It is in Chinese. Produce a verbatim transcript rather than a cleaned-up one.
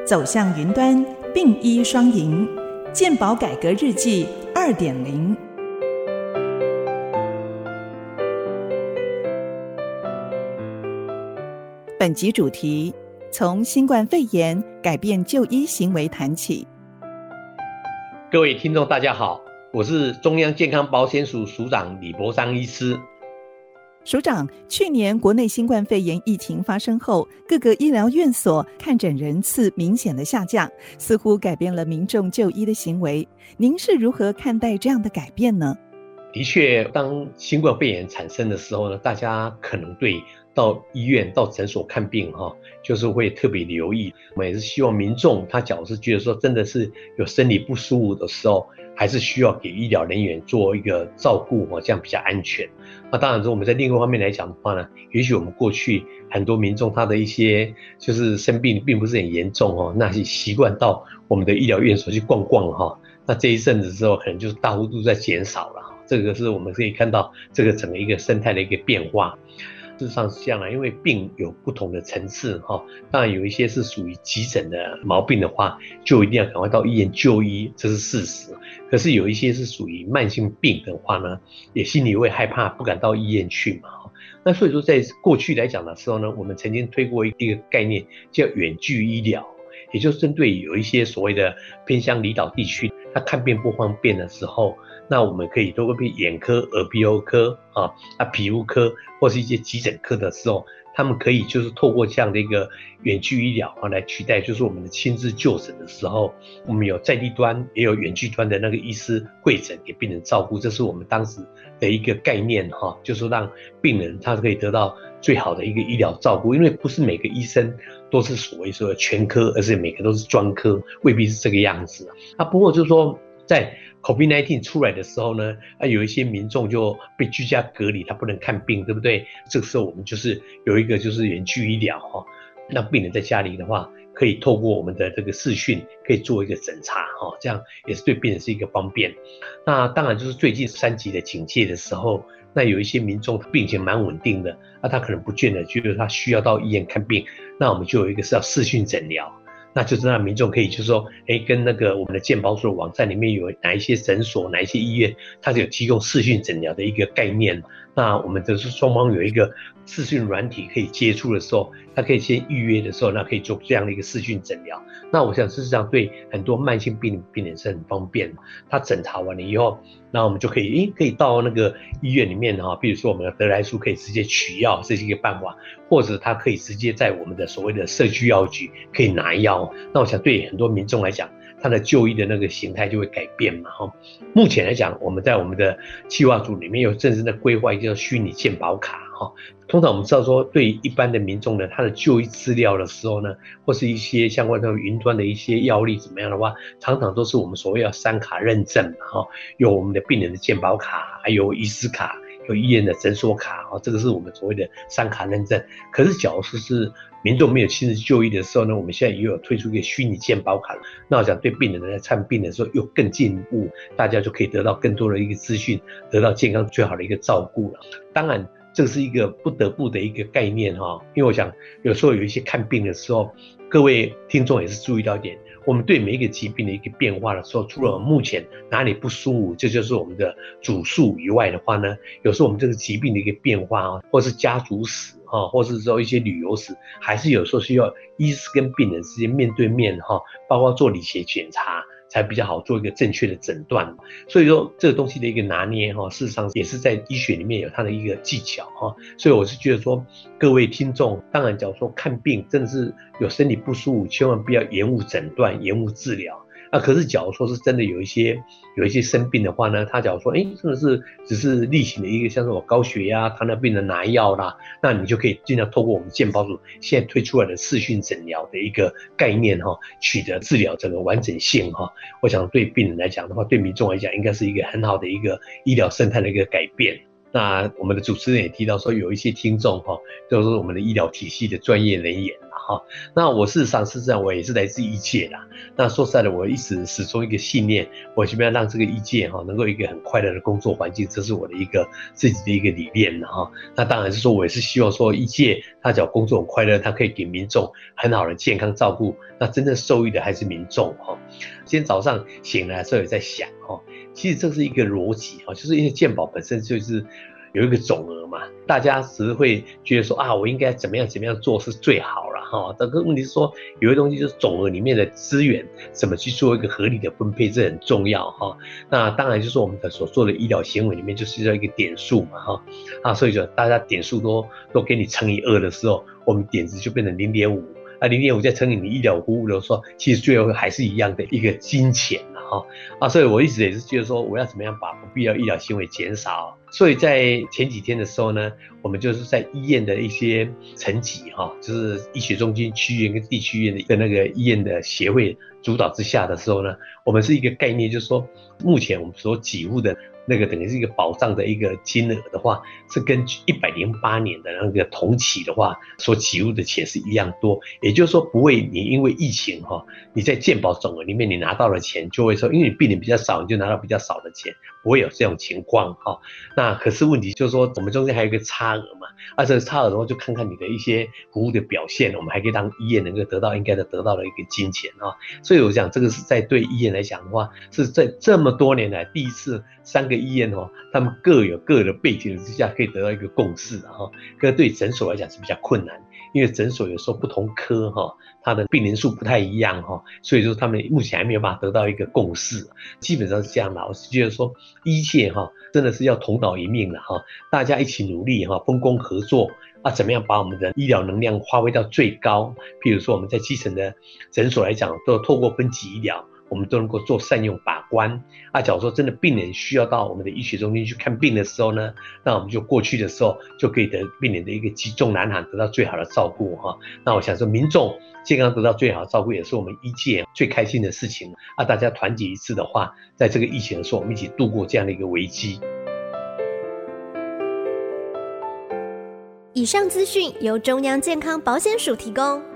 走向云端，并医双赢，健保改革日记 二点零。本集主题：从新冠肺炎改变就医行为谈起。 各位听众大家好，我是中央健康保险署署长李博章医师。 署长，去年国内新冠肺炎疫情发生后，各个医疗院所看诊人次明显的下降，似乎改变了民众就医的行为。您是如何看待这样的改变呢？ 的确，当新冠肺炎产生的时候呢，大家可能对到医院到诊所看病哈，就是会特别留意。我们也是希望民众他假如是觉得说真的是有身体不舒服的时候，还是需要给医疗人员做一个照顾，这样比较安全。那当然说我们在另外一方面来讲的话呢，也许我们过去很多民众他的一些就是生病并不是很严重哦，那是习惯到我们的医疗院所去逛逛哈，那这一阵子之后可能就是大幅度在减少了。这个是我们可以看到这个整个一个生态的一个变化。事实上是这样的，因为病有不同的层次哈，当然有一些是属于急诊的毛病的话，就一定要赶快到医院就医，这是事实。可是有一些是属于慢性病的话呢，也心里会害怕，不敢到医院去嘛。那所以说在过去来讲的时候呢，我们曾经推过一个概念叫远距医疗，也就是针对有一些所谓的偏乡离岛地区，他看病不方便的时候，那我们可以透过眼科、耳鼻喉科啊、啊皮肤科或是一些急诊科的时候，他们可以就是透过这样的一个远距医疗啊来取代，就是我们的亲自就诊的时候，我们有在地端也有远距端的那个医师会诊给病人照顾，这是我们当时的一个概念哈，就是让病人他可以得到最好的一个医疗照顾，因为不是每个医生都是所谓说全科，而是每个都是专科，未必是这个样子啊。不过就是说在 COVID 十九 出来的时候呢，啊，有一些民众就被居家隔离，他不能看病，对不对？这个时候我们就是有一个就是远距医疗哈，让病人在家里的话，可以透过我们的这个视讯，可以做一个诊查哈，这样也是对病人是一个方便。那当然就是最近三级的警戒的时候，那有一些民众病情蛮稳定的，那他可能不见得觉得他需要到医院看病，那我们就有一个是要视讯诊疗。那就是让民众可以就是说，哎，跟那个我们的健保署的网站里面有哪一些诊所、哪一些医院，它是有提供视讯诊疗的一个概念。那我们就是双方有一个视讯软体可以接触的时候，他可以先预约的时候，那可以做这样的一个视讯诊疗。那我想事实上对很多慢性病病人是很方便的。他诊查完了以后，那我们就可以，诶，可以到那个医院里面哈，比如说我们的得来速可以直接取药，这是一个办法，或者他可以直接在我们的所谓的社区药局可以拿药。那我想对很多民众来讲，他的就医的那个形态就会改变嘛哈。目前来讲，我们在我们的企划组里面有正式的规划一个虚拟健保卡哈。通常我们知道说，对一般的民众呢，他的就医资料的时候呢，或是一些相关的云端的一些药历怎么样的话，常常都是我们所谓要三卡认证嘛哈，有我们的病人的健保卡，还有医师卡，有医院的诊所卡，这个是我们所谓的三卡认证。可是假如说是民众没有亲自就医的时候呢，我们现在也有推出一个虚拟健保卡，那我想对病人在看病的时候又更进一步，大家就可以得到更多的一个资讯，得到健康最好的一个照顾了。当然这个是一个不得不的一个概念哈，因为我想有时候有一些看病的时候，各位听众也是注意到一点，我们对每一个疾病的一个变化的时候，除了目前哪里不舒服，这就是我们的主诉以外的话呢，有时候我们这个疾病的一个变化啊，或是家族史啊，或是说一些旅游史，还是有时候需要医师跟病人之间面对面哈，包括做理学检查，才比较好做一个正确的诊断。所以说这个东西的一个拿捏哈，事实上也是在医学里面有它的一个技巧哈。所以我是觉得说，各位听众，当然假如说看病真的是有身体不舒服，千万不要延误诊断、延误治疗。啊，可是假如说是真的有一些有一些生病的话呢，他假如说，哎，真的是只是例行的一个，像是我高血压、糖尿病的拿药啦，那你就可以尽量透过我们健保署现在推出来的视讯诊疗的一个概念哈，取得治疗整个完整性哈。我想对病人来讲的话，对民众来讲，应该是一个很好的一个医疗生态的一个改变。那我们的主持人也提到说，有一些听众哈，都是我们的医疗体系的专业人员哈。那我事实上是这样，我也是来自医界啦。那说实在的，我一直始终一个信念，我希望让这个医界哈能够一个很快乐的工作环境，这是我的一个自己的一个理念哈。那当然是说，我也是希望说医界他只要工作很快乐，他可以给民众很好的健康照顾，那真正受益的还是民众哈。今天早上醒来的时候也在想哈，其实这是一个逻辑哈，就是因为健保本身就是有一个总额嘛，大家只是会觉得说啊，我应该怎么样怎么样做是最好了哈。但是问题是说，有些东西就是总额里面的资源怎么去做一个合理的分配，这很重要哈。那当然就是我们的所做的医疗行为里面就是要一个点数嘛哈。啊，所以说大家点数都都给你乘以二的时候，我们点值就变成零点五。啊，零点五再乘以你医疗服务的时候，其实最后还是一样的一个金钱了哈。啊，所以我一直也是觉得说，我要怎么样把不必要医疗行为减少。所以在前几天的时候呢，我们就是在医院的一些层级哈，就是医学中心、区医院跟地区医院的那个医院的协会主导之下的时候呢，我们是一个概念，就是说，目前我们所给付的那个等于是一个保障的一个金额的话，是跟一百零八年的那个同期的话所给付的钱是一样多。也就是说，不会你因为疫情哈，你在健保总额里面你拿到的钱就会说，因为你病人比较少，你就拿到比较少的钱，不会有这种情况哈。那可是问题就是说，我们中间还有一个差额嘛，啊，这个差额的话就看看你的一些服务的表现，我们还可以让医院能够得到应该的得到的一个金钱啊。所以我想这个是在对医院来讲的话，是在这么多年来第一次三个医院哦，他们各有各的背景之下可以得到一个共识哈。可是对诊所来讲是比较困难，因为诊所有时候不同科哈，它的病人数不太一样哈，所以说他们目前还没有办法得到一个共识，基本上是这样的。我是觉得说医界哈真的是要同岛一命了哈，大家一起努力哈，分工合作啊，怎么样把我们的医疗能量发挥到最高？譬如说我们在基层的诊所来讲，都透过分级医疗，我们都能够做善用把关啊。假如说真的病人需要到我们的医学中心去看病的时候呢，那我们就过去的时候就可以得病人的一个急重难喊，得到最好的照顾哈。那我想说，民众健康得到最好的照顾，也是我们医界最开心的事情啊。大家团结一致的话，在这个疫情的时候，我们一起度过这样的一个危机。 以上资讯由中央健康保险署提供。